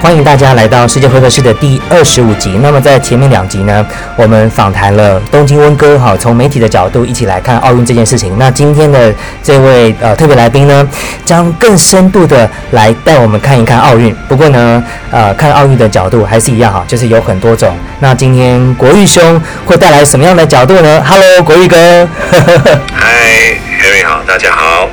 欢迎大家来到世界会客室的第25集。那么在前面2集呢，我们访谈了东京温哥，从媒体的角度一起来看奥运这件事情。那今天的这位特别来宾呢，将更深度的来带我们看一看奥运。不过呢，看奥运的角度还是一样就是有很多种。那今天国玉兄会带来什么样的角度呢 ？Hello， 国玉哥。 嗨 ，Harry 好，大家好。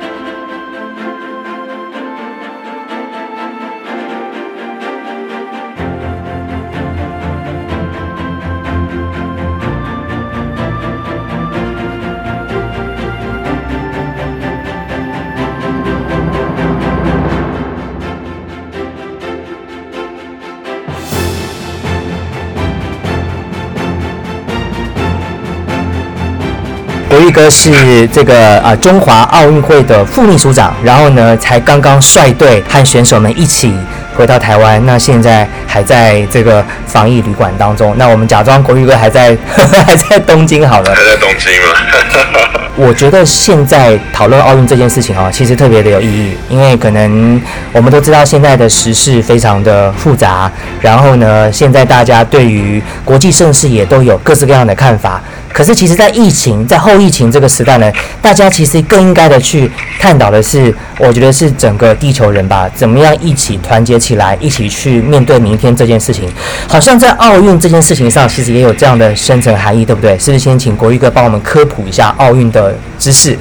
国玉哥是这个中华奥运会的副秘书长，然后呢，才刚刚率队和选手们一起回到台湾，那现在还在这个防疫旅馆当中。那我们假装国玉哥还在东京好了。 还在东京吗？ 我觉得现在讨论奥运这件事情其实特别的有意义，因为可能我们都知道现在的时事非常的复杂，然后呢，现在大家对于国际盛事也都有各式各样的看法。可是其实在后疫情这个时代呢，大家其实更应该的去探讨的是，我觉得是整个地球人吧，怎么样一起团结起来，一起去面对明天这件事情。好像在奥运这件事情上，其实也有这样的深层含义，对不对？是不是先请国玉哥帮我们科普一下奥运的知识？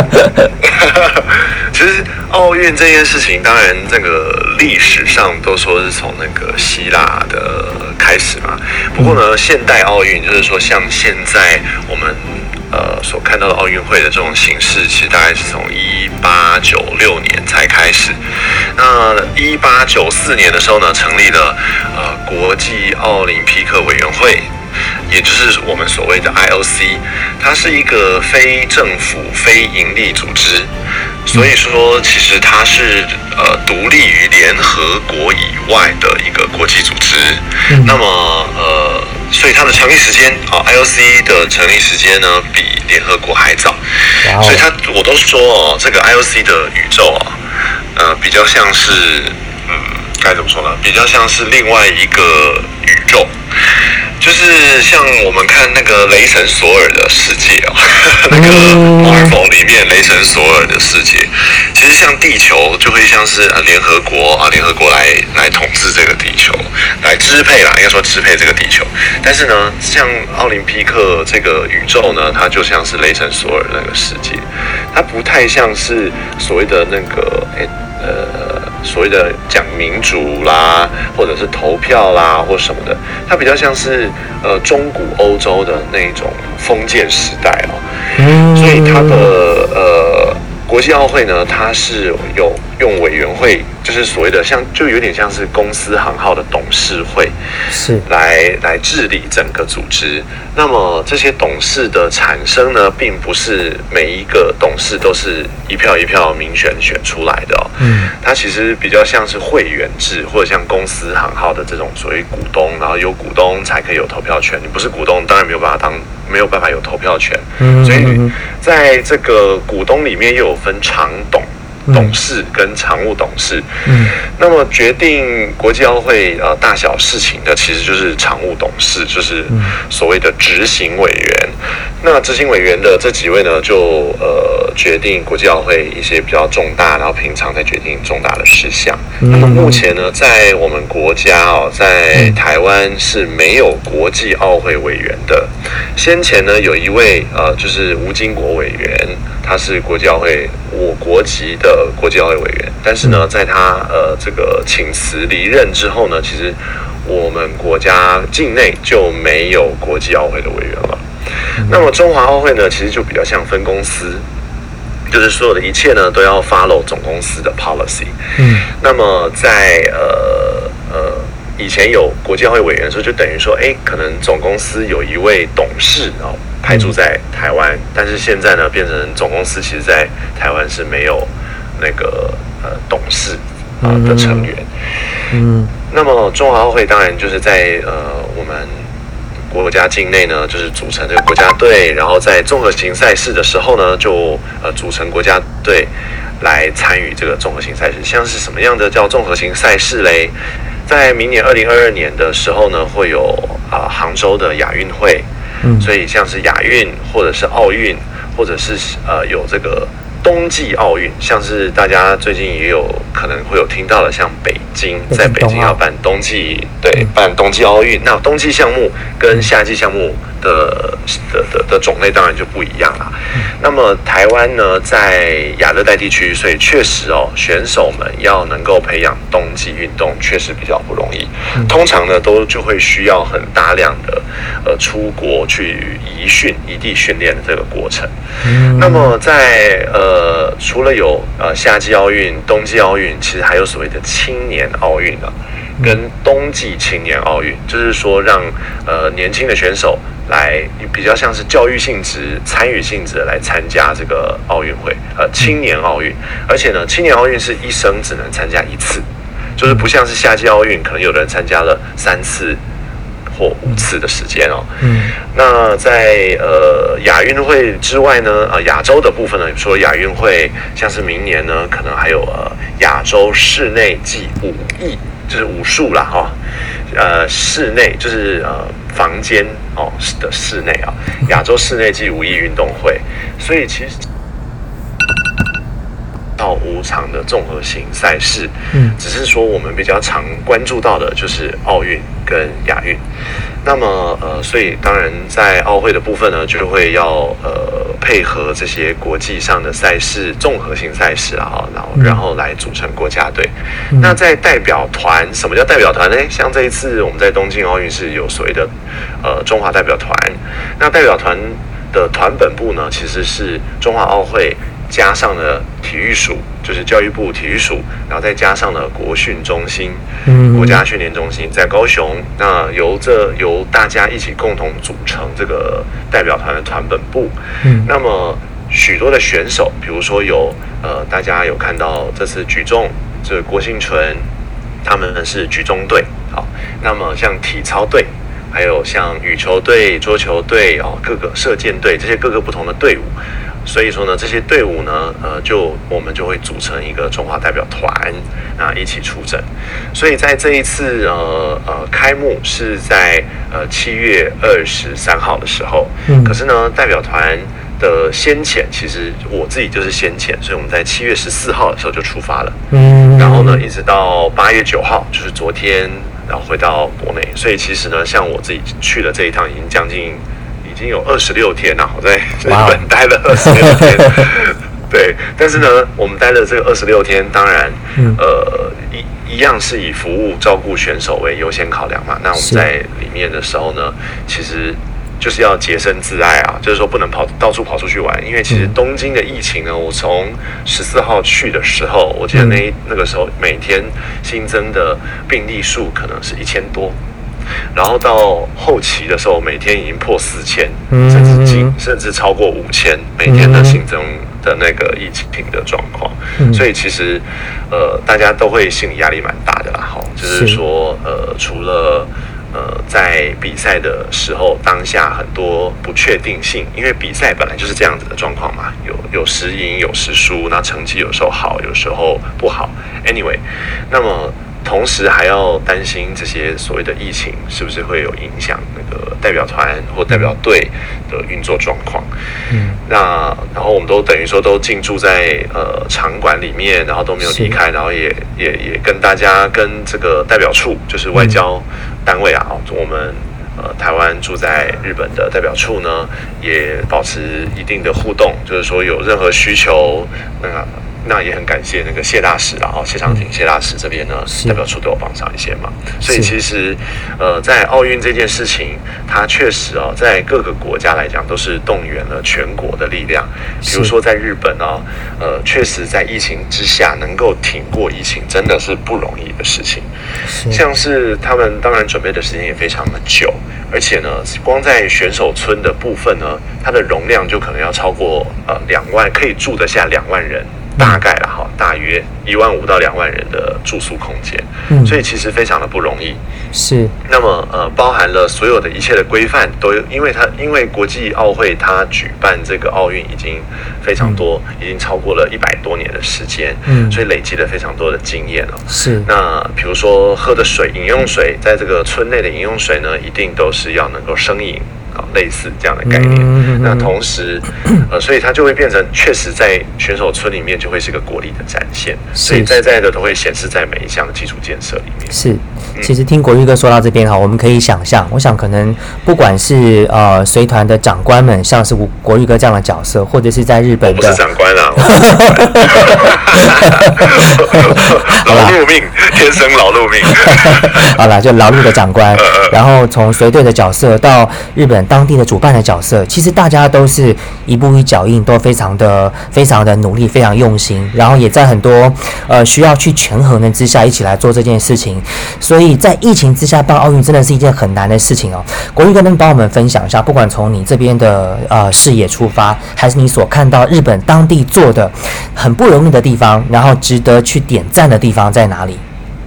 其实奥运这件事情，当然这个历史上都说是从那个希腊的开始嘛。不过呢，现代奥运就是说，像现在我们所看到的奥运会的这种形式，其实大概是从1896年才开始。那1894年的时候呢，成立了国际奥林匹克委员会。也就是我们所谓的 IOC， 它是一个非政府、非营利组织，所以说其实它是独立于联合国以外的一个国际组织。那么所以它的成立时间IOC 的成立时间呢，比联合国还早。所以我都说这个 IOC 的宇宙比较像是该怎么说呢？比较像是另外一个宇宙。就是像我们看那个雷神索尔的世界那个 Marvel 里面雷神索尔的世界，其实像地球就会像是联合国来统治这个地球，来支配啦，应该说支配这个地球。但是呢，像奥林匹克这个宇宙呢，它就像是雷神索尔那个世界，它不太像是所谓的那个所谓的讲民主啦，或者是投票啦，或什么的，它比较像是中古欧洲的那种封建时代所以它的国际奥会呢，它是有用委员会，就是所谓的就有点像是公司行号的董事会，是来治理整个组织。那么这些董事的产生呢，并不是每一个董事都是一票一票民选出来的它其实比较像是会员制，或者像公司行号的这种所谓股东，然后有股东才可以有投票权。你不是股东，当然没有办法有投票权。所以在这个股东里面又有分常董事跟常务董事，那么决定国际奥会大小事情的，其实就是常务董事，就是所谓的执行委员。那执行委员的这几位呢，就决定国际奥会一些比较重大，然后平常才决定重大的事项。那么目前呢，在我们国家在台湾是没有国际奥会委员的。先前呢，有一位就是吴金国委员，他是国际奥会我国籍的国际奥会委员，但是呢，在他这个请辞离任之后呢，其实我们国家境内就没有国际奥会的委员了。那么中华奥会呢，其实就比较像分公司，就是所有的一切呢都要 follow 总公司的 policy。那么在以前有国际奥会委员的时候，就等于说，可能总公司有一位董事派驻在台湾，但是现在呢，变成总公司其实在台湾是没有那个董事的成员。那么中华奥会当然就是在我们国家境内呢，就是组成这个国家队，然后在综合型赛事的时候呢，就组成国家队来参与这个综合型赛事。像是什么样的叫综合型赛事嘞？ 在明年2022年的时候呢，会有杭州的亚运会，所以像是亚运或者是奥运，或者是有这个冬季奥运，像是大家最近也有可能会有听到的，像北京在北京要办冬季，对，办冬季奥运。那冬季项目跟夏季项目的种类当然就不一样啦。那么台湾呢，在亚热带地区，所以确实选手们要能够培养冬季运动，确实比较不容易。通常呢，就会需要很大量的出国去异地训练的这个过程。那么在除了有夏季奥运、冬季奥运，其实还有所谓的青年奥运啊，跟冬季青年奥运，就是说让年轻的选手来比较像是教育性质、参与性质的来参加这个奥运会，青年奥运。而且呢，青年奥运是一生只能参加一次，就是不像是夏季奥运，可能有的人参加了3次或5次的时间哦。那在亚运会之外呢，亚洲的部分呢，除了亚运会，像是明年呢，可能还有亚洲室内暨武艺，就是武术啦哈。室内就是房间的室内啊，亚洲室内暨武艺运动会，所以其实到5场的综合性赛事，只是说我们比较常关注到的就是奥运跟亚运。那么所以当然在奥会的部分呢，就会要配合这些国际上的赛事、综合性赛事啊，然后来组成国家队。那在代表团，什么叫代表团呢？像这一次我们在东京奥运是有所谓的中华代表团。那代表团的团本部呢，其实是中华奥会加上了体育署，就是教育部体育署，然后再加上了国训中心、国家训练中心在高雄。那由大家一起共同组成这个代表团的团本部。那么许多的选手，比如说有大家有看到这次举重，这郭婞淳，他们是举重队。好，那么像体操队，还有像羽球队、桌球队各个射箭队，这些各个不同的队伍。所以说呢，这些队伍呢，我们就会组成一个中华代表团，一起出征。所以在这一次开幕是在7月23号的时候，可是呢，代表团的先遣，其实我自己就是先遣，所以我们在7月14号的时候就出发了，然后呢，一直到8月9号，就是昨天，然后回到国内。所以其实呢，像我自己去了这一趟，已经有26天了，我在日本待了26天。对，但是呢，我们待了这个26天，当然，一样是以服务照顾选手为优先考量嘛。那我们在里面的时候呢，其实就是要洁身自爱啊，就是说不能到处跑出去玩。因为其实东京的疫情呢，我从14号去的时候，我记得那个时候每天新增的病例数可能是1000多。然后到后期的时候，每天已经破4000，甚至超过5000每天的新增的那个疫情的状况。所以其实大家都会心理压力蛮大的啦。就是说除了在比赛的时候当下很多不确定性，因为比赛本来就是这样子的状况嘛，有时赢有时输，那成绩有时候好有时候不好。Anyway， 那么同时还要担心这些所谓的疫情是不是会有影响那个代表团或代表队的运作状况。那然后我们都等于说都进驻在场馆里面，然后都没有离开，然后也跟大家跟这个代表处，就是外交单位啊，我们台湾住在日本的代表处呢，也保持一定的互动，就是说有任何需求那也很感谢那个谢大使啦，谢长廷谢大使这边呢，代表处都有帮上一些忙。所以其实在奥运这件事情，它确实在各个国家来讲都是动员了全国的力量。比如说在日本确实在疫情之下能够挺过疫情，真的是不容易的事情。像是他们当然准备的时间也非常的久，而且呢，光在选手村的部分呢，它的容量就可能要超过2万，可以住得下2万人大概啦哈，大约15000到2万人的住宿空间，所以其实非常的不容易。 是。 那么包含了所有的一切的规范都因为国际奥会它举办这个奥运已经非常多，已经超过了100多年的时间，所以累积了非常多的经验了。 是。 那比如说喝的水，饮用水，在这个村内的饮用水呢，一定都是要能够生饮。类似这样的概念，那同时，所以它就会变成确实在选手村里面就会是个国力的展现，所以在的都会显示在每一项基础建设里面。 是，其实听国玉哥说到这边哈，我们可以想象，我想可能不管是随团的长官们，像是国玉哥这样的角色，或者是在日本的， 我不是长官啊，劳碌命，天生劳碌命。 好啦，就劳碌的长官，然后从随队的角色到日本当地的主办的角色，其实大家都是一步一脚印，都非常的努力，非常用心，然后也在很多需要去权衡的之下一起来做这件事情。所以在疫情之下办奥运真的是一件很难的事情哦。国玉哥能帮我们分享一下，不管从你这边的视野出发，还是你所看到日本当地做的很不容易的地方，然后值得去点赞的地方在哪里？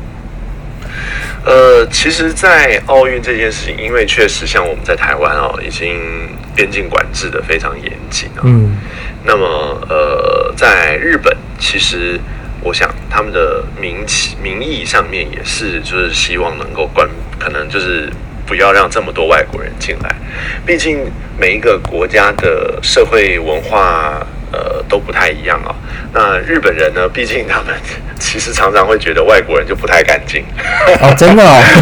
其实，在奥运这件事情，因为确实像我们在台湾已经边境管制的非常严谨那么在日本，其实我想他们的民意上面也是，就是希望能够可能就是不要让这么多外国人进来，毕竟每一个国家的社会文化都不太一样那日本人呢，毕竟他们其实常常会觉得外国人就不太干净。 真的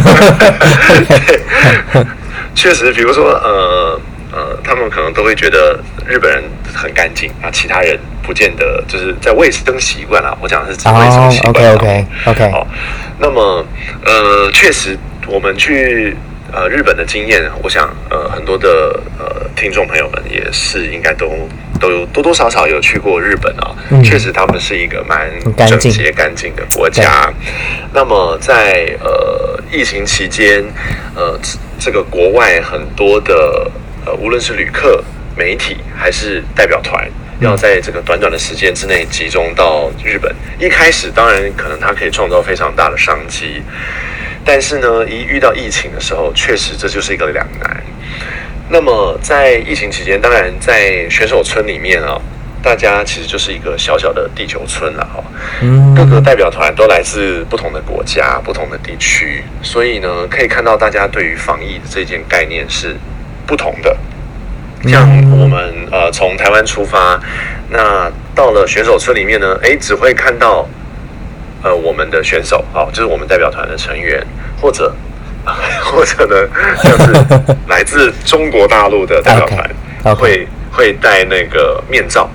确实，比如说他们可能都会觉得日本人很干净其他人不见得，就是在卫生习惯我讲的是指卫生习惯。 OK。 那么确实我们去日本的经验，我想很多的听众朋友们也是应该都多多少少有去过日本确实他们是一个蛮整洁干净的国家。那么在疫情期间，这个国外很多的无论是旅客、媒体还是代表团，要在这个短短的时间之内集中到日本。一开始当然可能它可以创造非常大的商机，但是呢，一遇到疫情的时候，确实这就是一个两难。那么在疫情期间，当然在选手村里面大家其实就是一个小小的地球村了各个代表团都来自不同的国家、不同的地区，所以呢，可以看到大家对于防疫的这件概念是不同的。像我们从台湾出发，那到了选手村里面呢，只会看到我们的选手就是我们代表团的成员，或者呢，就是来自中国大陆的代表团会戴那个面罩。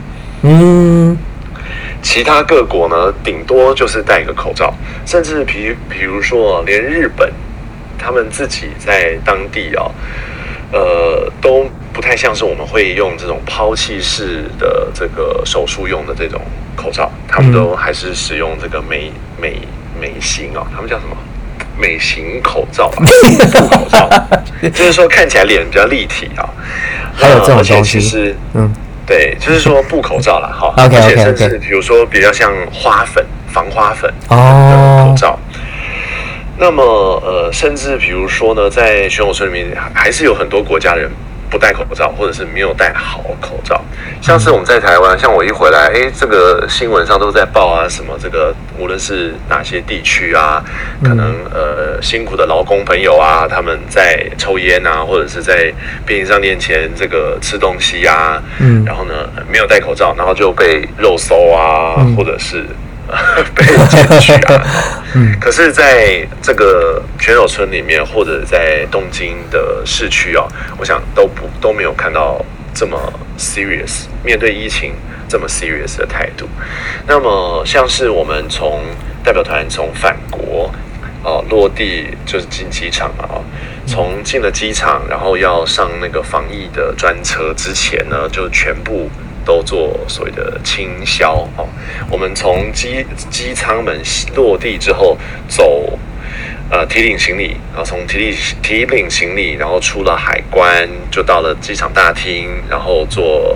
其他各国呢，顶多就是戴一个口罩，甚至比如说连日本，他们自己在当地都不太像是我们会用这种抛弃式的这个手术用的这种口罩，他们都还是使用这个美型他们叫什么？美型口罩布口罩，就是说看起来脸比较立体还有这种东西， 而且其实对，就是说布口罩啦 OK， 而且甚至比如说比较像防花粉的口罩。那么甚至比如说呢，在选手村里面还是有很多国家人不戴口罩，或者是没有戴好口罩。像是我们在台湾，像我一回来，这个新闻上都在报什么这个无论是哪些地区可能辛苦的劳工朋友他们在抽烟或者是在便利商店前这个吃东西然后呢没有戴口罩，然后就被肉搜或者是被检举可是在这个选手村里面，或者在东京的市区我想都没有看到这么 serious 面对疫情这么 serious 的态度。那么像是我们从代表团从返国落地就是进机场从进了机场，然后要上那个防疫的专车之前呢，就全部都做所谓的清消我们从机舱门落地之后走提领行李，然后从提领行李，然后出了海关，就到了机场大厅，然后做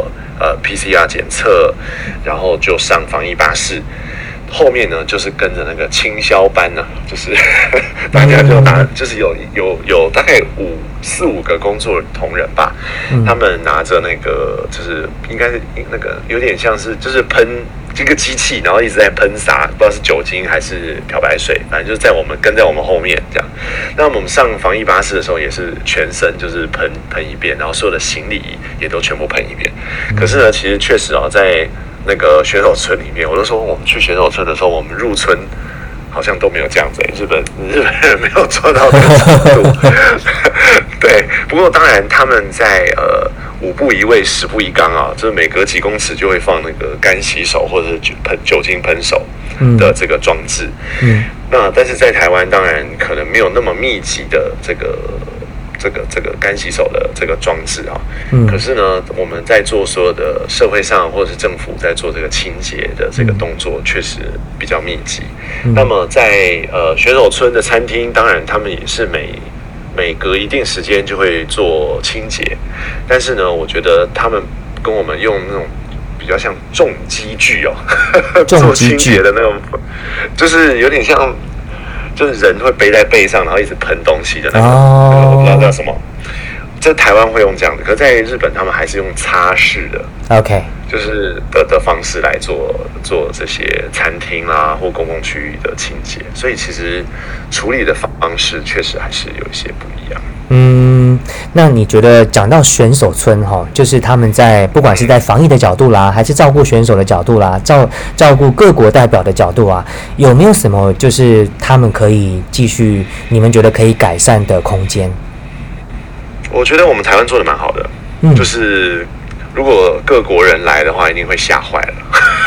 PCR 检测，然后就上防疫巴士。后面呢，就是跟着那个清消班呢、就是大家就就是有大概四五个工作同仁吧，他们拿着那个就是应该是那个有点像是就是喷这个机器，然后一直在喷洒，不知道是酒精还是漂白水，反正就是跟在我们后面这样。那我们上防疫巴士的时候，也是全身就是喷一遍，然后所有的行李也都全部喷一遍。可是呢，其实确实在那个选手村里面，我都说我们去选手村的时候，我们入村好像都没有这样子、日本人没有做到这个程度。对，不过当然他们在5步1位10步1缸啊，就是每隔几公尺就会放那个干洗手或者是酒精喷手的这个装置。那但是在台湾当然可能没有那么密集的这个干洗手的这个装置啊，可是呢，我们在做所有的社会上或者是政府在做这个清洁的这个动作，确实比较密集。那么在选手村的餐厅，当然他们也是每隔一定时间就会做清洁，但是呢，我觉得他们跟我们用那种比较像重机具做清洁的那种，就是有点像。就是人会背在背上，然后一直喷东西的那个，我不知道叫什么。在台湾会用这样的，可在日本他们还是用擦拭的 ，OK， 就是的方式来做这些餐厅啦或公共区域的清洁，所以其实处理的方式确实还是有一些不一样。 那你觉得讲到选手村就是他们在不管是在防疫的角度啦，还是照顾选手的角度啦，照顾各国代表的角度啊，有没有什么就是他们可以继续，你们觉得可以改善的空间？ 我觉得我们台湾做的蛮好的，就是如果各国人来的话，一定会吓坏了。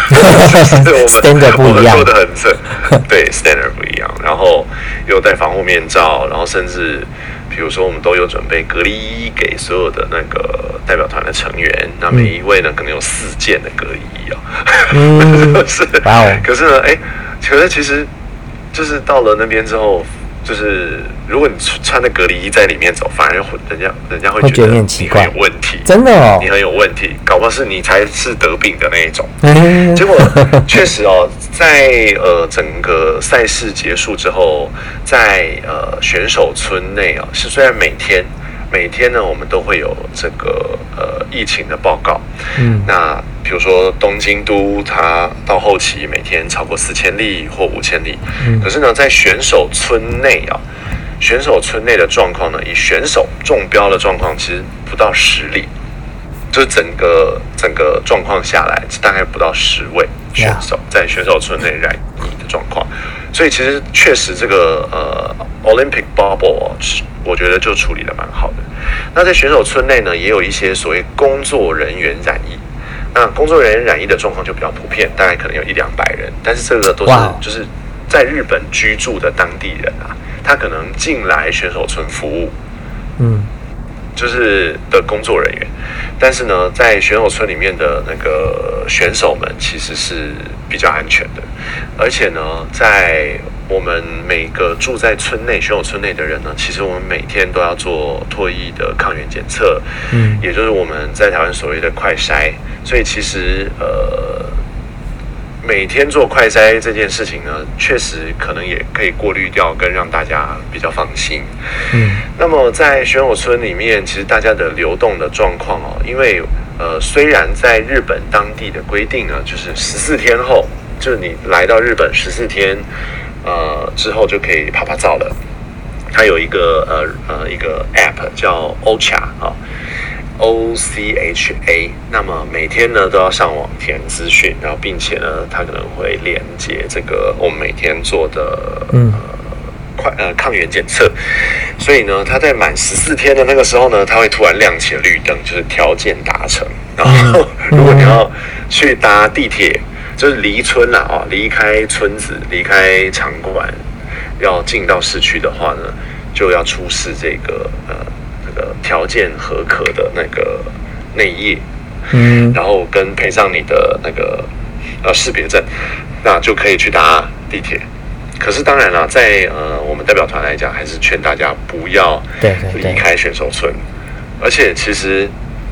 standard 不一样， 我们做的很正，对 standard 不一样，然后有戴防护面罩，然后甚至比如说我们都有准备隔离衣给所有的那个代表团的成员，那每一位呢可能有4件的隔离衣是，可是呢，可是其实就是到了那边之后。就是如果你穿的隔离衣在里面走，反而人家会觉得你很有问题， 真的你很有问题，搞不好是你才是得病的那一种。结果确实在整个赛事结束之后，在选手村内是虽然每天呢我们都会有这个疫情的报告，那比如说东京都，它到后期每天超过4000例或5000例，可是呢，在选手村内的状况呢，以选手中标的状况，其实不到10例，就是整个状况下来，大概不到10位选手在选手村内染疫的状况，所以其实确实这个Olympic Bubble， 我觉得就处理的蛮好的。那在选手村内呢，也有一些所谓工作人员染疫。那工作人员染疫的状况就比较普遍，大概可能有100-200人，但是这个都是就是在日本居住的当地人啊，他可能进来选手村服务，就是的工作人员，但是呢，在选手村里面的那个选手们其实是比较安全的，而且呢，在我们每个住在村内选手村内的人呢，其实我们每天都要做唾液的抗原检测，也就是我们在台湾所谓的快筛，所以其实每天做快筛这件事情呢，确实可能也可以过滤掉，跟让大家比较放心。那么在选手村里面，其实大家的流动的状况因为虽然在日本当地的规定呢，就是14天后，就是你来到日本14天之后就可以趴照了。它有一个app 叫 OCHA， 那么每天呢都要上网填资讯，然后并且呢，它可能会连接这个我们每天做的抗原检测，所以呢，它在满14天的那个时候呢，它会突然亮起了绿灯，就是条件达成。然后如果你要去搭地铁，就是离村离开村子，离开场馆，要进到市区的话呢，就要出示这个条件合可的那个内页，然后跟配上你的那个识别证，那就可以去搭地铁。可是当然啦，在我们代表团来讲，还是劝大家不要离开选手村。而且其实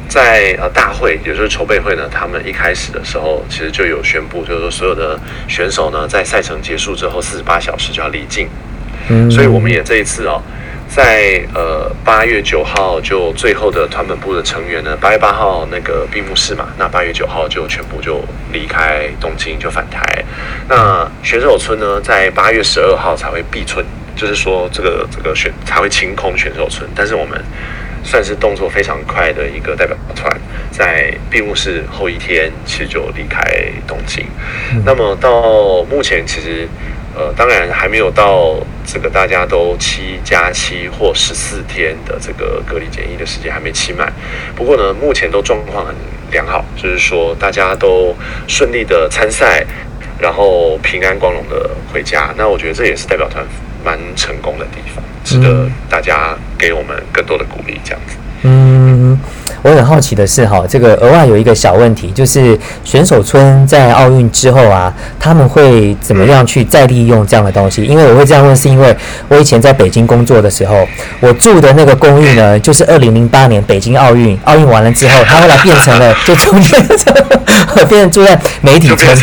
在大会，也就是筹备会呢，他们一开始的时候，其实就有宣布，就是说所有的选手呢，在赛程结束之后48小时就要离境。所以我们也这一次在8月9号就最后的团本部的成员呢，8月8号那个闭幕式嘛，那8月9号就全部就离开东京就返台。那选手村呢，在8月12号才会闭村，就是说这个才会清空选手村，但是我们算是动作非常快的一个代表团，在闭幕式后一天其实就离开东京。那么到目前其实当然还没有到这个大家都7+7或14天的这个隔离检疫的时间还没期满。不过呢，目前都状况很良好，就是说大家都顺利的参赛，然后平安光荣的回家。那我觉得这也是代表团蛮成功的地方，值得大家给我们更多的鼓励，这样子。 我很好奇的是这个额外有一个小问题，就是选手村在奥运之后啊，他们会怎么样去再利用这样的东西？因为我会这样问，是因为我以前在北京工作的时候，我住的那个公寓呢，就是2008年北京奥运完了之后，它后来变成了就变成住在媒体村，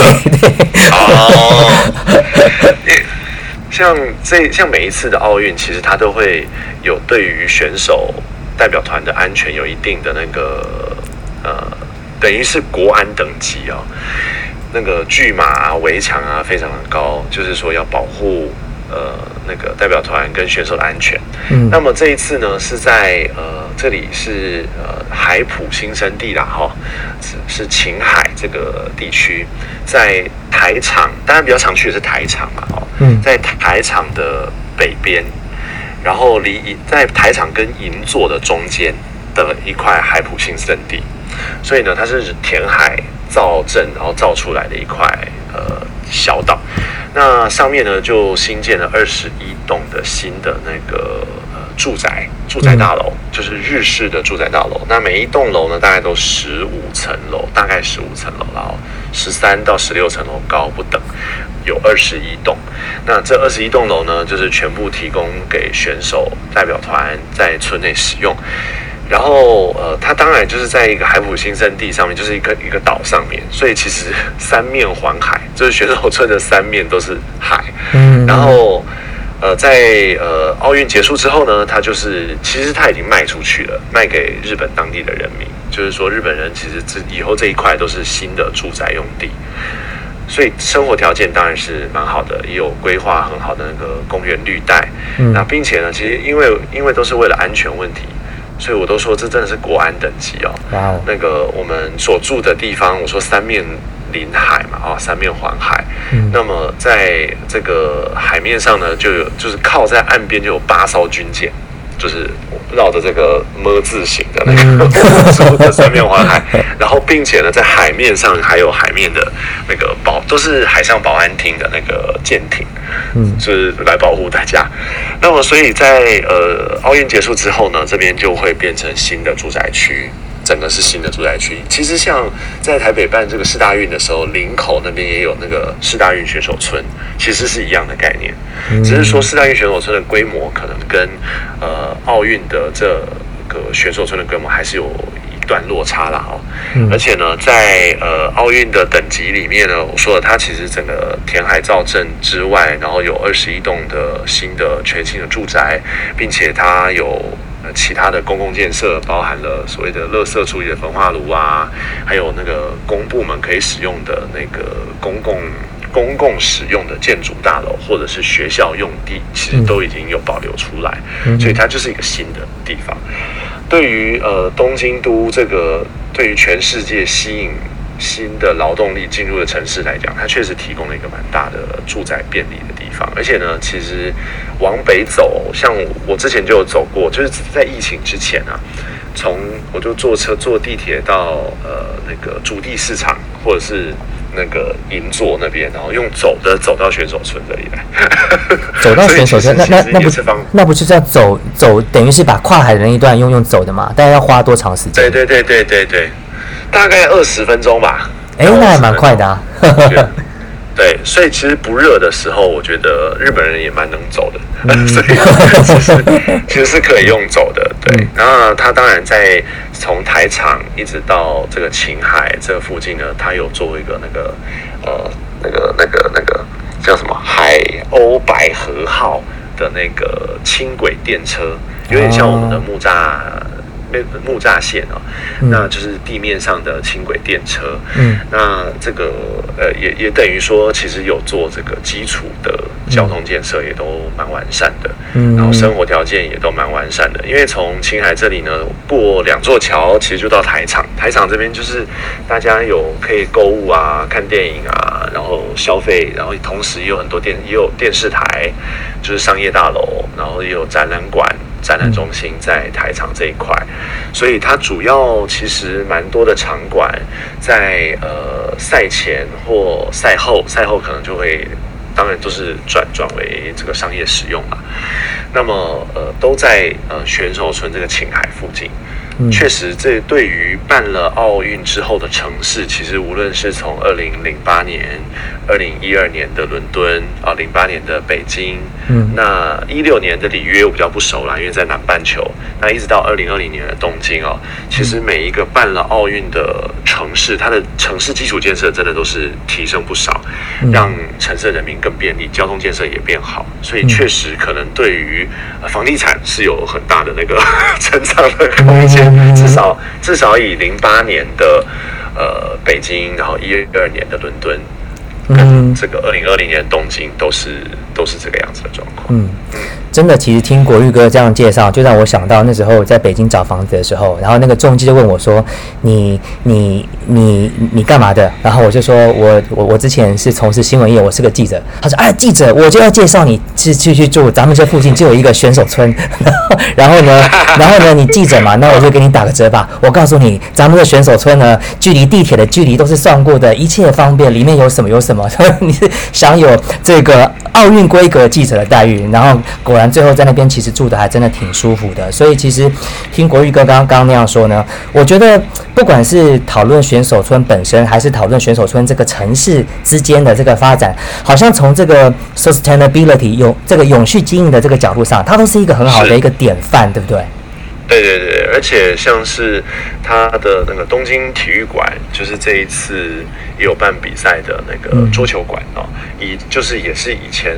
对。像每一次的奥运，其实它都会有对于选手代表团的安全有一定的那个等于是国安等级那个巨马围墙非常的高，就是说要保护那个代表团跟选手的安全。那么这一次呢是在这里是海埔新生地啦是秦海这个地区，在台场，当然比较常去的是台场嘛在台场的北边。然后在台场跟银座的中间的一块海埔新生地，所以呢，它是填海造镇，然后造出来的一块小岛。那上面呢就新建了21栋的新的那个住宅大楼，就是日式的住宅大楼。那每一栋楼呢大概都15层楼，大概15层楼，然后13到16层楼高不等。有21栋，那这21栋楼呢，就是全部提供给选手代表团在村内使用。然后它当然就是在一个海埔新生地上面，就是一个岛上面，所以其实三面环海，就是选手村的三面都是海。然后在奥运结束之后呢，其实它已经卖出去了，卖给日本当地的人民，就是说日本人其实以后这一块都是新的住宅用地。所以生活条件当然是蛮好的，也有规划很好的那个公园绿带。那并且呢，其实因为都是为了安全问题，所以我都说这真的是国安等级那个我们所住的地方，我说三面临海嘛三面环海。那么在这个海面上呢，就是靠在岸边就有8艘军舰，就是绕着这个么字形的那个三面环海，然后并且呢，在海面上还有海面的那个都是海上保安厅的那个舰艇，就是来保护大家。那么所以在奥运结束之后呢，这边就会变成新的住宅区。整个是新的住宅区。其实像在台北办这个世大运的时候，林口那边也有那个世大运选手村，其实是一样的概念，只是说世大运选手村的规模可能跟奥运的这个选手村的规模还是有一段落差啦而且呢，在奥运的等级里面呢，我说了，它其实整个填海造镇之外，然后有21栋的新的全新的住宅，并且它有其他的公共建设，包含了所谓的垃圾处理的焚化炉还有那个公部门可以使用的那个公共使用的建筑大楼，或者是学校用地，其实都已经有保留出来，所以它就是一个新的地方。对于东京都这个对于全世界吸引新的劳动力进入的城市来讲，它确实提供了一个蛮大的住宅便利的地方。而且呢，其实往北走，像我之前就有走过，就是在疫情之前我就坐地铁到那个竹地市场，或者是那个银座那边，然后用走到选手村这里来。 走到选手村，那不是要走，等于是把跨海的那一段用走的嘛？大概要花多长时间？ 对，大概20分钟吧。 那还蛮快的对，所以其实不热的时候，我觉得日本人也蛮能走的，所以其实是可以用走的。对，然后他当然在从台场一直到这个秦海这个附近呢，他有做一个那个叫什么海鸥白河号的那个轻轨电车，有点像我们的木栅线哦，那就是地面上的轻轨电车。那这个也等于说，其实有做这个基础的交通建设也都蛮完善的，然后生活条件也都蛮完善的。因为从青海这里呢，过2座桥，其实就到台场。台场这边就是大家有可以购物啊、看电影啊，然后消费，然后同时也有很多也有电视台，就是商业大楼，然后也有展览馆。展览中心在台场这一块，所以它主要其实蛮多的场馆在赛前或赛后可能就会，当然都是转为这个商业使用嘛。那么都在选手村这个青海附近。确实，这对于办了奥运之后的城市，其实无论是从2008年、2012年的伦敦啊，08年的北京，那16年的里约我比较不熟啦，因为在南半球。那一直到2020年的东京哦，其实每一个办了奥运的城市，它的城市基础建设真的都是提升不少，让城市的人民更便利，交通建设也变好。所以确实可能对于房地产是有很大的那个成长的空间。至少以08年的北京，然后12年的伦敦，跟这个2020年的东京都是这个样子的状况。 真的，其实听国玉哥这样介绍，就让我想到那时候在北京找房子的时候，然后那个中介就问我说：“你干嘛的？”然后我就说：“我之前是从事新闻业，我是个记者。”他说：“记者，我就要介绍你去住，咱们这附近就有一个选手村。然后呢，你记者嘛，那我就给你打个折吧。我告诉你，咱们的选手村呢，距离地铁的距离都是算过的，一切方便，里面有什么。你是享有这个奥运规格记者的待遇。然后果然最后在那边其实住的还真的挺舒服的。所以其实听国玉哥刚刚那样说呢，我觉得不管是讨论选手村本身，还是讨论选手村这个城市之间的这个发展，好像从这个 sustainability 这个永续经营的这个角度上，它都是一个很好的一个典范，对不对？ 对，而且像是他的那个东京体育馆，就是这一次也有办比赛的那个桌球馆哦，就是也是以前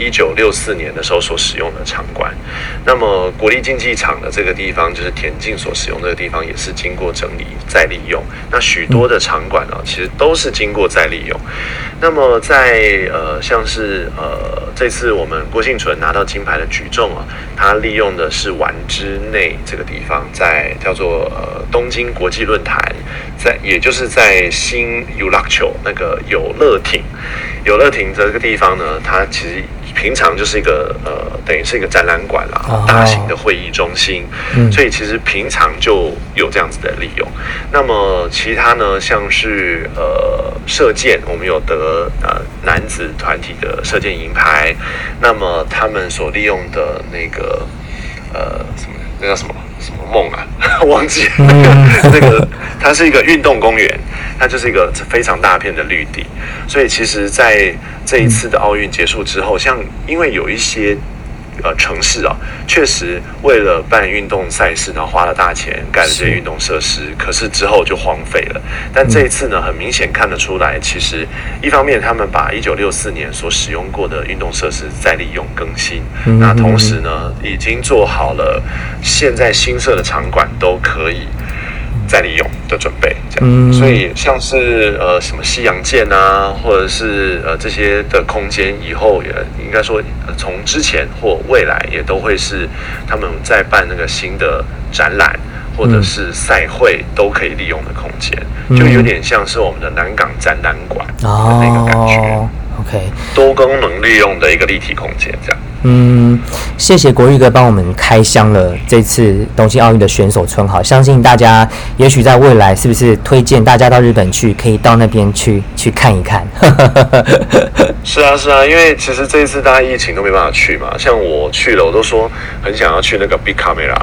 1964年的时候所使用的场馆。那么国立竞技场的这个地方，就是田径所使用的地方，也是经过整理再利用。那许多的场馆呢，其实都是经过再利用。那么在像是这次我们郭婞淳拿到金牌的举重啊，他利用的是丸之内这个地方，在叫做东京国际论坛，也就是在新有乐球那个有乐町这个地方呢，它其实平常就是一个等于是一个展览馆啦，大型的会议中心，所以其实平常就有这样子的利用。那么其他呢，像是射箭，我们有得男子团体的射箭银牌，那么他们所利用的那个那叫什么梦啊，忘记了那个它是一个运动公园，它就是一个非常大片的绿地，所以其实在这一次的奥运结束之后，像因为有一些城市啊，确实为了办运动赛事，然后花了大钱盖了这些运动设施，可是之后就荒废了。但这一次呢，很明显看得出来，其实一方面他们把1964年所使用过的运动设施再利用更新，那同时呢，已经做好了现在新设的场馆都可以再利用的准备，这样，所以像是什么西洋剑啊，或者是这些的空间，以后也应该说从之前或未来也都会是他们在办那个新的展览或者是赛会都可以利用的空间，就有点像是我们的南港展览馆的那个感觉。OK， 多功能利用的一个立体空间，这样。 谢谢国玉哥帮我们开箱了这次东京奥运的选手村。好，相信大家也许在未来是不是推荐大家到日本去，可以到那边去看一看。 是啊，因为其实这一次大家疫情都没办法去嘛，像我去了，我都说很想要去那个 Big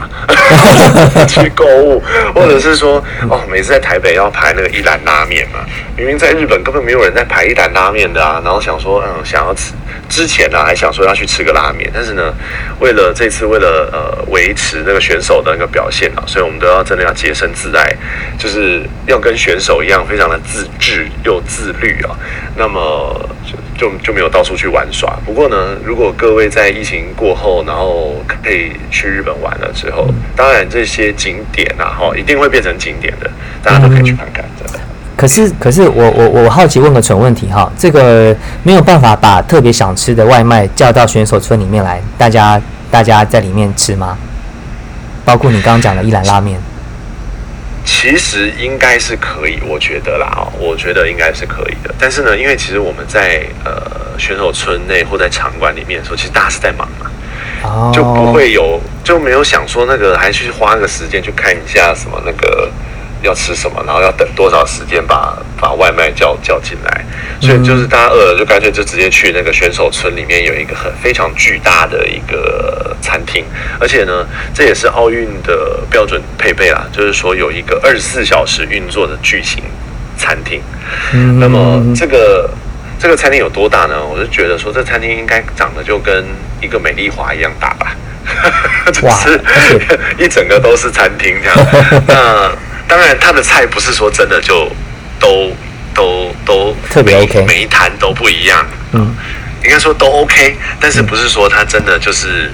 Camera 去购物，或者是说每次在台北要排那个一兰拉面嘛，明明在日本根本没有人在排一兰拉面的啊，然后想说想要吃，之前还想说要去吃个拉面，但是呢，为了维持那个选手的那个表现啊，所以我们都要真的要洁身自爱，就是要跟选手一样非常的自制又自律啊，那么就没有到处去玩耍。不过呢，如果各位在疫情过后，然后可以去日本玩了之后，当然这些景点一定会变成景点的，大家都可以去看看。 可是我好奇问个蠢问题哈，这个没有办法把特别想吃的外卖叫到选手村里面来，大家在里面吃吗？包括你刚刚讲的一兰拉面。 其实应该是可以，我觉得啦，我觉得应该是可以的。但是呢，因为其实我们在选手村内或在场馆里面的时候，其实大家是在忙嘛，就不会就没有想说那个还去花个时间去看一下什么那个要吃什么，然后要等多少时间把外卖叫进来。所以就是大家饿了，就干脆就直接去那个选手村里面有一个非常巨大的一个餐厅，而且呢，这也是奥运的标准配备啦，就是说有一个24小时运作的巨型餐厅。那么这个餐厅有多大呢？我是觉得说这餐厅应该长得就跟一个美丽华一样大吧，就是一整个都是餐厅这样。那当然，它的菜不是说真的就都特别 OK， 每一摊都不一样，应该说都 OK， 但是不是说它真的就是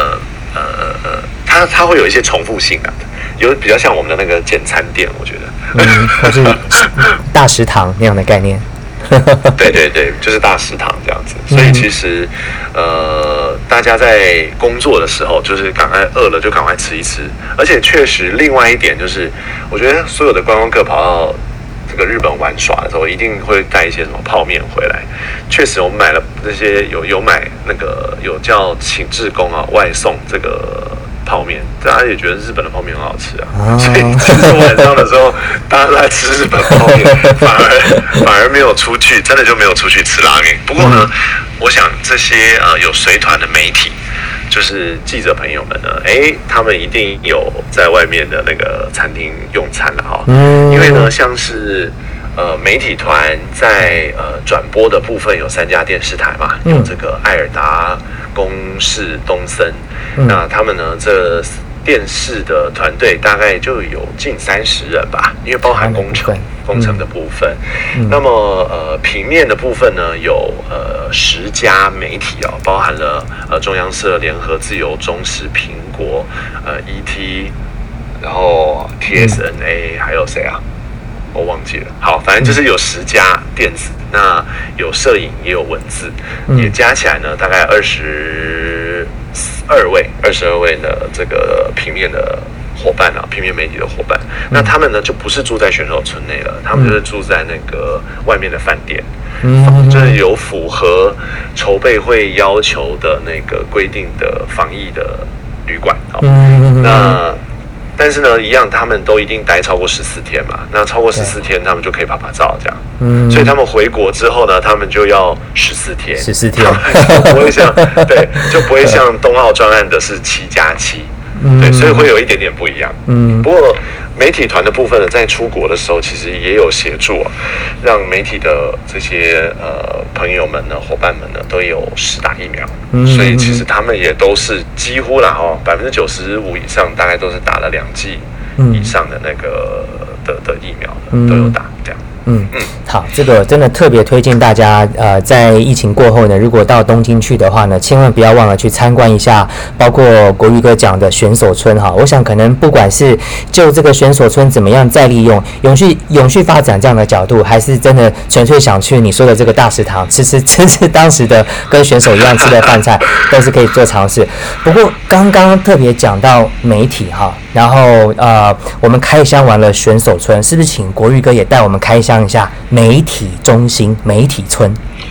它会有一些重复性啊，有比较像我们的那个简餐店，我觉得， 或是大食堂那样的概念。 对，就是大食堂这样子。所以其实大家在工作的时候，就是赶快饿了就赶快吃一吃。而且确实，另外一点就是，我觉得所有的观光客跑到这个日本玩耍的时候，一定会带一些什么泡面回来。确实，我们买了那些有买那个有叫请志工外送这个泡面，大家也觉得日本的泡面很好吃啊，所以其实晚上的时候大家都在吃日本泡面，反而没有出去，真的就没有出去吃拉面。不过呢，我想这些有随团的媒体，就是记者朋友们呢，他们一定有在外面的那个餐厅用餐了哈，因为呢，像是媒体团在转播的部分有3家电视台嘛，有这个爱尔达、公视、东森。那他们呢，这电视的团队大概就有近30人吧，因为包含工程的部分。那么平面的部分呢，有10家媒体包含了中央社、联合、自由、中时、苹果、ET， 然后 TSNA， 还有谁啊？我忘记了。好，反正就是有10家电子，那有摄影也有文字，也加起来呢，大概22位的这个平面的伙伴平面媒体的伙伴。那他们呢就不是住在选手村内了，他们就是住在那个外面的饭店，就是有符合筹备会要求的那个规定的防疫的旅馆那但是呢，一样，他们都一定待超过14天嘛。那超过14天，他们就可以拍拍照这样。所以他们回国之后呢，他们就要14天。14天，就不会像冬奥专案的是7+7。对，所以会有一点点不一样。不过媒体团的部分呢，在出国的时候，其实也有协助让媒体的这些朋友们呢、伙伴们呢，都有施打疫苗。所以其实他们也都是几乎啦95%以上，大概都是打了2剂以上的那个的疫苗的，都有打这样。 好，这个真的特别推荐大家，在疫情过后呢，如果到东京去的话呢，千万不要忘了去参观一下，包括国玉哥讲的选手村哈。我想可能不管是就这个选手村怎么样再利用永续发展这样的角度，还是真的纯粹想去你说的这个大食堂吃当时的跟选手一样吃的饭菜，都是可以做尝试。不过刚刚特别讲到媒体哈，然后我们开箱完了选手村，是不是请国玉哥也带我们开箱一下媒体中心、媒体村？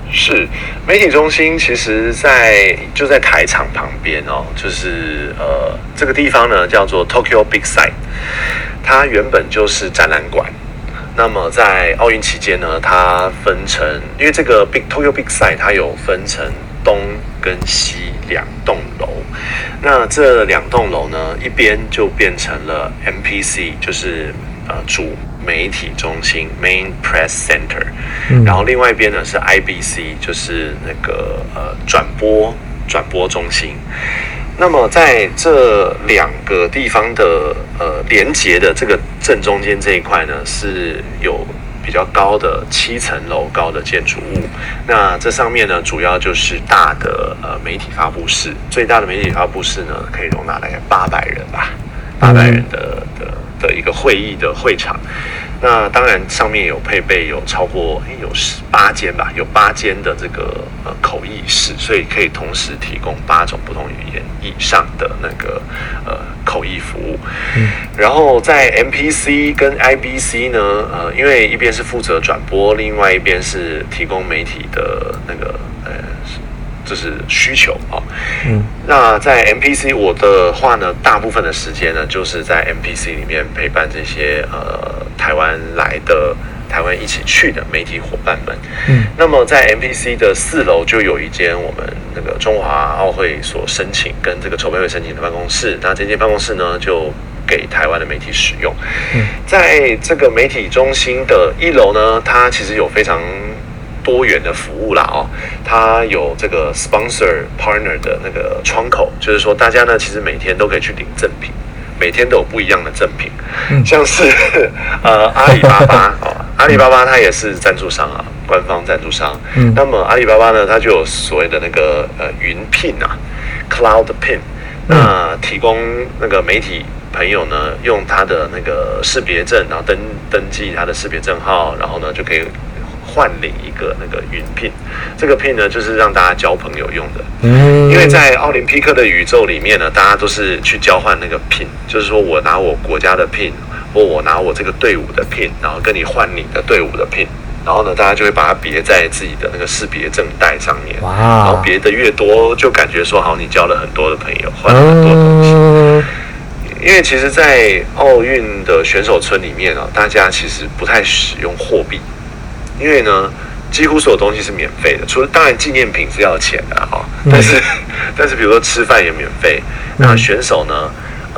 是媒体中心，其实就在台场旁边哦，就是这个地方呢叫做 Tokyo Big Sight， 它原本就是展览馆。那么在奥运期间呢，它分成，因为这个 Tokyo Big Sight 它有分成东跟西2栋楼，那这2栋楼呢，一边就变成了 MPC， 就是主媒体中心 Main Press Center，然后另外一边呢是 IBC， 就是那个转播中心。那么在这2个地方的连接的这个正中间这一块呢，是有比较高的7层楼高的建筑物。那这上面呢，主要就是大的媒体发布室，最大的媒体发布室呢，可以容纳大概800人吧，800人的一个会议的会场。那当然上面有配备有超过有8间吧，有8间的这个口译室，所以可以同时提供8种不同语言以上的那个口译服务。然后在 MPC 跟 IBC 呢，因为一边是负责转播，另外一边是提供媒体的那个就是需求啊。那在 MPC 我的话呢，大部分的时间呢，就是在 MPC 里面陪伴这些台湾一起去的媒体伙伴们。那么在 MPC 的4楼就有一间我们那个中华奥会所申请跟这个筹备会申请的办公室。那这间办公室呢，就给台湾的媒体使用。在这个媒体中心的1楼呢，它其实有非常多元的服务啦哦，它有这个 sponsor partner 的那个窗口，就是说大家呢其实每天都可以去领赠品，每天都有不一样的赠品，像是阿里巴巴哦，阿里巴巴它也是赞助商啊，官方赞助商。那么阿里巴巴呢，它就有所谓的那个云聘啊 ，Cloud Pin， 那提供那个媒体朋友呢用他的那个识别证，然后登记他的识别证号，然后呢就可以换领一个那个云聘，这个聘呢就是让大家交朋友用的。因为在奥林匹克的宇宙里面呢，大家都是去交换那个聘，就是说我拿我国家的聘，或我拿我这个队伍的聘，然后跟你换你的队伍的聘，然后呢，大家就会把它别在自己的那个识别证带上面。然后别的越多，就感觉说好，你交了很多的朋友，换了很多东西。因为其实，在奥运的选手村里面啊，大家其实不太使用货币。因为呢，几乎所有东西是免费的，除了当然纪念品是要钱的哈，但是比如说吃饭也免费，那选手呢，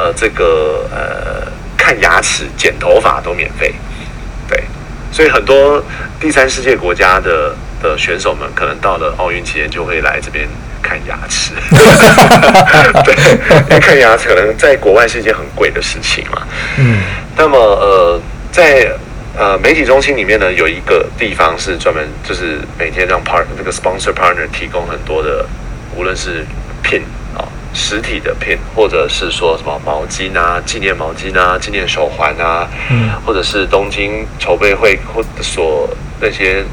看牙齿、剪头发都免费，对，所以很多第3世界国家的选手们，可能到了奥运期间就会来这边看牙齿，对，因为看牙齿可能在国外是一件很贵的事情嘛，那么在媒体中心里面呢，有一个地方是专门就是每天让这个 sponsor partner 提供很多的，无论是 pin 实体的 pin， 或者是说什么毛巾啊、纪念毛巾啊、纪念手环啊，或者是东京筹备会或所那些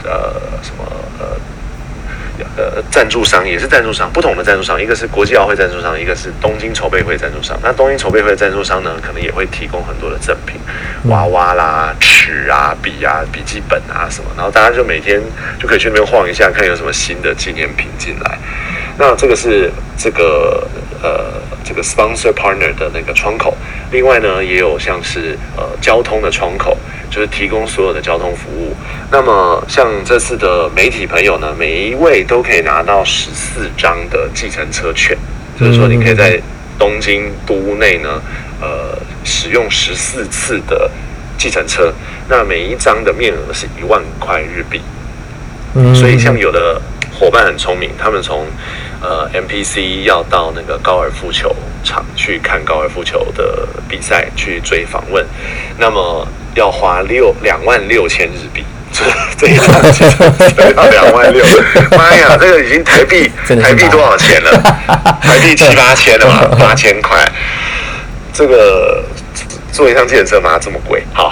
赞助商也是赞助商，不同的赞助商，一个是国际奥会赞助商，一个是东京筹备会赞助商。那东京筹备会赞助商呢，可能也会提供很多的赠品，娃娃啦、尺啊、笔啊、笔记本啊什么，然后大家就每天就可以去那边晃一下，看有什么新的纪念品进来。那这个是这个 sponsor partner 的那个窗口，另外呢也有像是交通的窗口，就是提供所有的交通服务。那么像这次的媒体朋友呢，每一位都可以拿到14张的计程车券，就是说你可以在东京都内呢使用14次的计程车，那每一张的面额是1万块日币。所以像有的伙伴很聪明，他们从MPC 要到那个高尔夫球场去看高尔夫球的比赛，去追访问，那么要花26000日币，这一趟计程车要26000，妈呀，这个已经台币多少钱了？台币7、8千了嘛，8000块，这个坐一趟计程车嘛这么贵，好，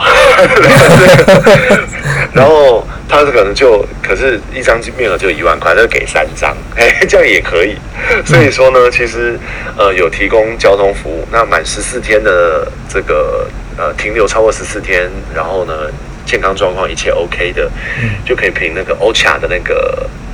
然后他可能可是一张面额就1万块，那就给3张，这样也可以。所以说呢，其实有提供交通服务，那满14天的这个停留超过14天，然后呢健康状况一切 OK 的，就可以凭那个 OCHA 的那个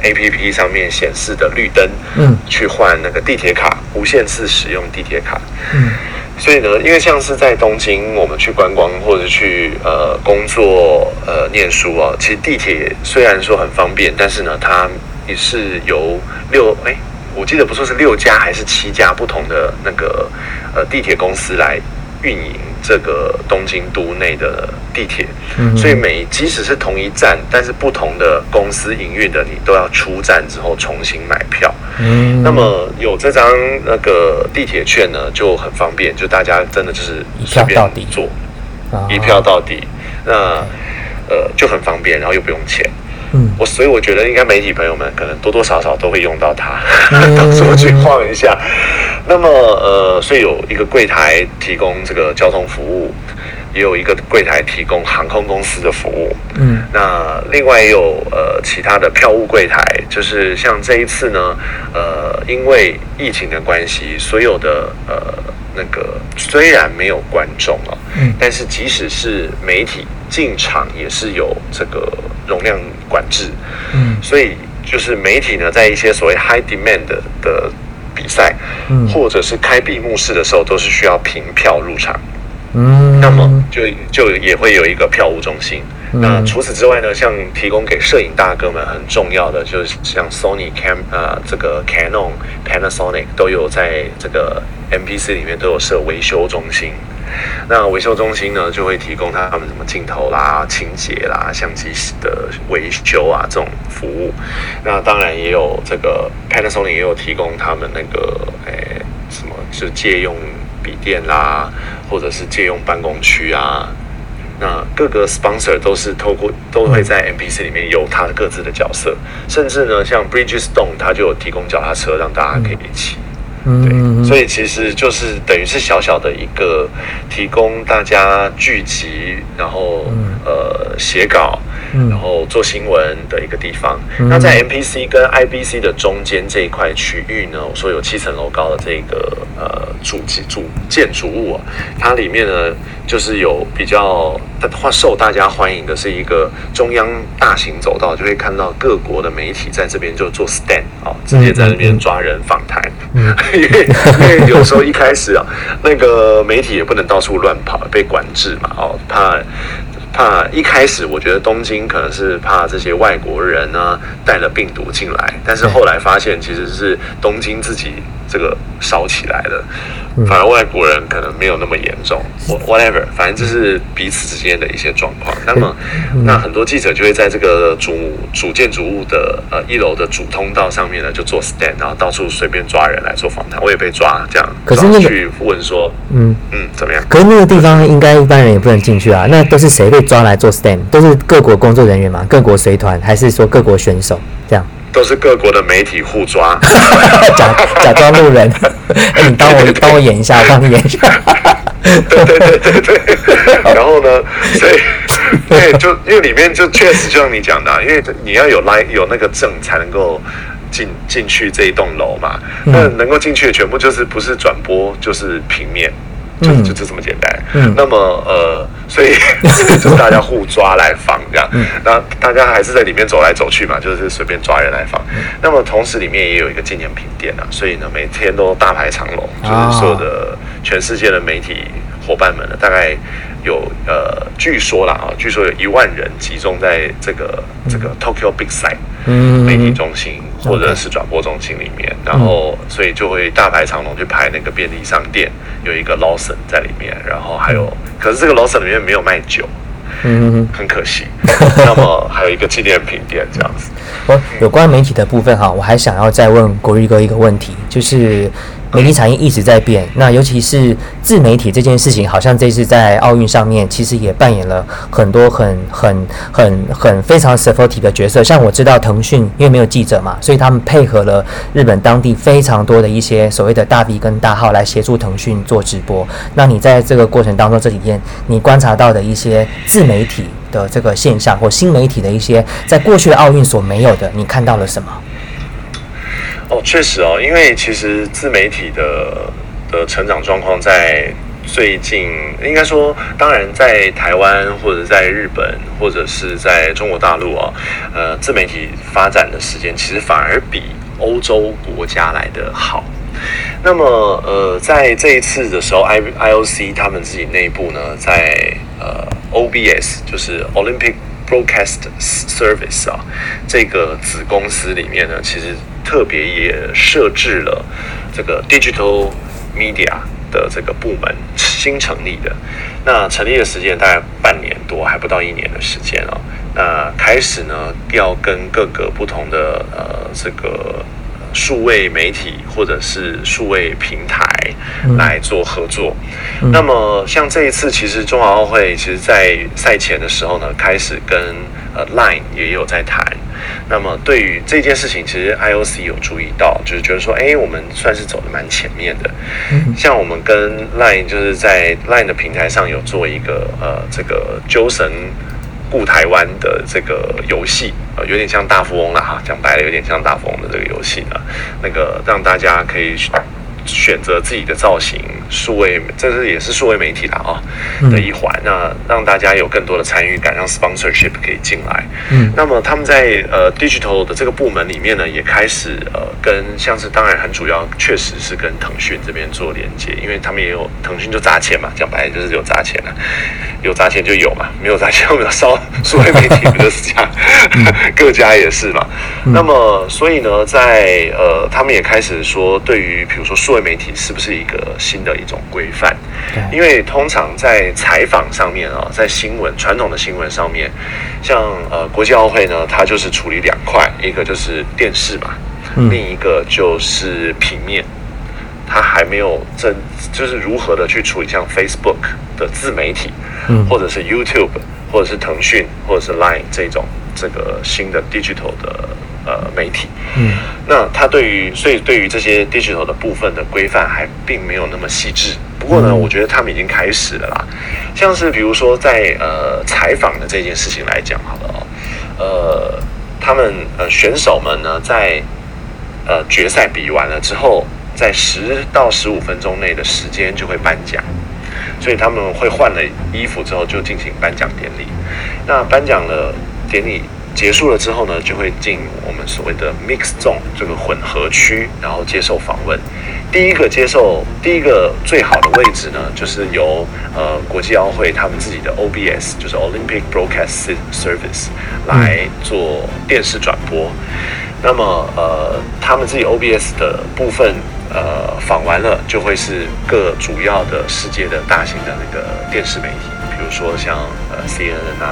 APP 上面显示的绿灯，去换那个地铁卡，无限次使用地铁卡。所以呢，因为像是在东京，我们去观光或者去工作念书啊，其实地铁虽然说很方便，但是呢，它也是由我记得不说是6家还是7家不同的那个地铁公司来运营这个东京都内的地铁，所以即使是同一站，但是不同的公司营运的，你都要出站之后重新买票。那么有这张那个地铁券呢，就很方便，就大家真的就是随便做，一票到底，那就很方便，然后又不用钱。所以我觉得应该媒体朋友们可能多多少少都会用到它，到时候去晃一下。那么所以有一个柜台提供这个交通服务，也有一个柜台提供航空公司的服务。那另外也有其他的票务柜台，就是像这一次呢，因为疫情的关系，所有的那个虽然没有观众啊，但是即使是媒体进场也是有这个容量管制。所以就是媒体呢，在一些所谓 high demand 的比赛，或者是开闭幕式的时候，都是需要凭票入场。那么就也会有一个票务中心。那除此之外呢，像提供给摄影大哥们很重要的，就是像 Sony、这个 Canon、Panasonic 都有在这个 MPC 里面都有设维修中心。那维修中心呢，就会提供他们什么镜头啦、清洁啦、相机的维修啊这种服务。那当然也有这个 Panasonic 也有提供他们那个什么，就是借用笔电啦，或者是借用办公区啊。那各个 sponsor 都会在 MPC 里面有他各自的角色，甚至呢，像 Bridgestone 他就有提供脚踏车让大家可以骑。对，所以其实就是等于是小小的一个提供大家聚集，然后写稿，然后做新闻的一个地方。那在 MPC 跟 IBC 的中间这一块区域呢，我说有7层楼高的这个主建筑物啊，它里面呢就是有比较受大家欢迎的是一个中央大型走道，就会看到各国的媒体在这边就做 stand 啊，直接在那边抓人访谈。因为有时候一开始啊，那个媒体也不能到处乱跑，被管制嘛，怕一开始我觉得东京可能是怕这些外国人呢带了病毒进来，但是后来发现其实是东京自己这个烧起来了，反而外国人可能没有那么严重。whatever， 反正就是彼此之间的一些状况。那很多记者就会在这个主建筑物的1楼的主通道上面呢，就做 stand， 然后到处随便抓人来做访谈。我也被抓，这样可是去问说，怎么样？ 可是那个地方应该一般人也不能进去啊。那都是谁被抓来做 stand？ 都是各国工作人员吗？各国随团，还是说各国选手这样？ 都是各国的媒体互抓， 假装路人。你帮我演一下，我帮你演一下。 对。然后呢，所以对，就因为里面就确实就像你讲的，因为你要有那个证才能够进去这一栋楼嘛。那能够进去的全部就是不是转播就是平面。就这么简单。那么所以就是大家互抓来访这样。那大家还是在里面走来走去嘛，就是随便抓人来访。那么同时里面也有一个纪念品店啊，所以呢每天都大排长龙，就是所有的全世界的媒体伙伴们呢，大概有据说有1万人集中在这个 Tokyo Big Sight 媒体中心或者是转播中心里面，然后所以就会大排长龙去排那个便利商店，有一个 Lawson 在里面，然后可是这个 Lawson 里面没有卖酒，很可惜。那么还有一个纪念品店这样子。 有关媒体的部分哈，我还想要再问国玉哥一个问题，就是媒体产业一直在变，那尤其是自媒体这件事情，好像这次在奥运上面其实也扮演了很多很非常 supportive 的角色。像我知道腾讯因为没有记者嘛，所以他们配合了日本当地非常多的一些所谓的大 V 跟大号来协助腾讯做直播。那你在这个过程当中，这几天你观察到的一些自媒体的这个现象，或新媒体的一些在过去的奥运所没有的，你看到了什么？ 确实因为其实自媒体的成长状况在最近应该说，当然在台湾或者在日本或者是在中国大陆自媒体发展的时间其实反而比欧洲国家来得好。那么在这一次的时候 ，IOC 他们自己内部呢，在OBS 就是 Olympic Broadcast Service 这个子公司里面呢，其实特别也设置了这个 Digital Media 的这个部门，新成立的。那成立的时间大概半年多，还不到1年的时间哦。那开始呢，要跟各个不同的这个数位媒体或者是数位平台来做合作。那么像这一次，其实中华奥会其实在赛前的时候呢，开始跟Line 也有在谈。那么对于这件事情，其实 IOC 有注意到，就是觉得说，我们算是走得蛮前面的。像我们跟 Line 就是在 Line 的平台上有做一个这个揪神顾台湾的这个游戏，有点像大富翁啦哈，讲白了有点像大富翁的这个游戏呢，那个让大家可以选择自己的造型，这也是数位媒体啦的一环，那让大家有更多的参与感，让 sponsorship 可以进来。那么他们在digital 的这个部门里面呢，也开始跟像是当然很主要，确实是跟腾讯这边做连接，因为他们也有腾讯就砸钱嘛，讲白了就是有砸钱了，有砸钱就有嘛，没有砸钱我们要烧数位媒体不就是这样，各家也是嘛。那么所以呢，在他们也开始说，对于比如说数位媒体是不是一个新的一种规范？因为通常在采访上面在传统的新闻上面，像国际奥会呢，它就是处理2块，一个就是电视嘛，另一个就是平面。它还没有就是如何的去处理像 Facebook 的自媒体，或者是 YouTube， 或者是腾讯，或者是 Line 这个新的 digital 的媒体。那它对于这些 digital 的部分的规范还并没有那么细致。不过呢，我觉得他们已经开始了啦。像是比如说在采访的这件事情来讲好了他们选手们呢在决赛比完了之后，在10到15分钟内的时间就会颁奖，所以他们会换了衣服之后就进行颁奖典礼。那颁奖的典礼结束了之后呢，就会进我们所谓的 mix zone 这个混合区，然后接受访问。第一个最好的位置呢，就是由国际奥会他们自己的 OBS， 就是 Olympic Broadcast Service 来做电视转播。那么他们自己 OBS 的部分访完了，就会是各主要的世界的大型的那个电视媒体，比如说像CNN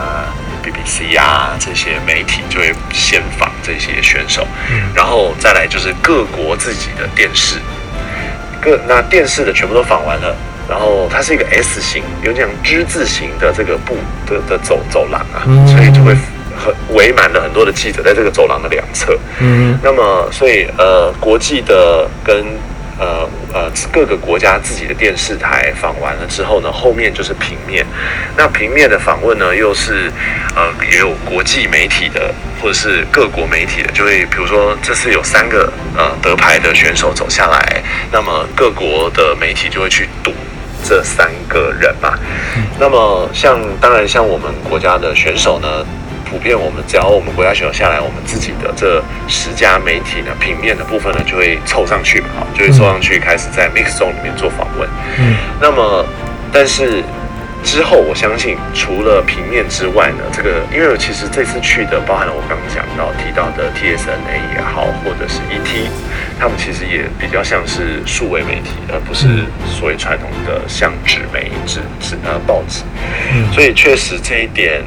BBC 这些媒体就会先访这些选手，然后再来就是各国自己的电视，那电视的全部都访完了，然后它是一个 S 型，有点之字形的这个的走廊所以就会围满了很多的记者在这个走廊的2侧。那么所以国际的跟各个国家自己的电视台访完了之后呢，后面就是平面。那平面的访问呢，又是也有国际媒体的或者是各国媒体的，就会比如说这次有3个得牌的选手走下来，那么各国的媒体就会去赌这3个人嘛。那么当然像我们国家的选手呢，普遍只要我们国家选手下来，我们自己的这10家媒体呢，平面的部分呢就会凑上去嘛，就会凑上去开始在 mix zone 里面做访问。那么但是之后我相信除了平面之外呢，这个因为其实这次去的包含了我刚刚提到的 TSNA 也好，或者是 ET， 他们其实也比较像是数位媒体，而不是所谓传统的像纸报纸。所以确实这一点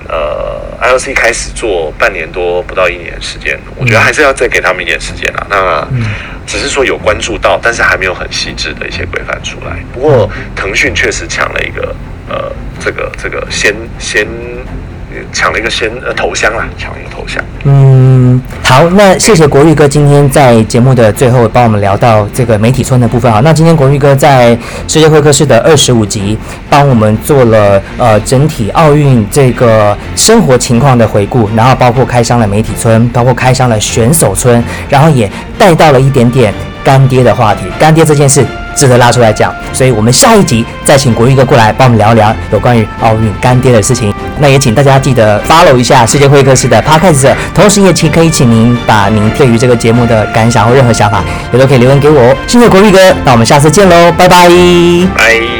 IOC 开始做半年多不到1年的时间，我觉得还是要再给他们一点时间啦。那只是说有关注到，但是还没有很细致的一些规范出来。不过腾讯确实抢了一个这个先抢了一个头香啦，抢了一个头香。 好，那谢谢国玉哥今天在节目的最后帮我们聊到这个媒体村的部分。好，那今天国玉哥在世界会客室的25集帮我们做了整体奥运这个生活情况的回顾，然后包括开箱了媒体村，包括开箱了选手村，然后也带到了一点点干爹的话题。干爹这件事值得拉出来讲。所以我们下一集再请国玉哥过来帮我们聊聊有关于奥运干爹的事情。那也请大家记得 follow 一下世界会客室的 podcast， 同时也可以请您把您对于这个节目的感想或任何想法也都可以留言给我哦。谢谢国玉哥，那我们下次见喽，拜拜。 拜。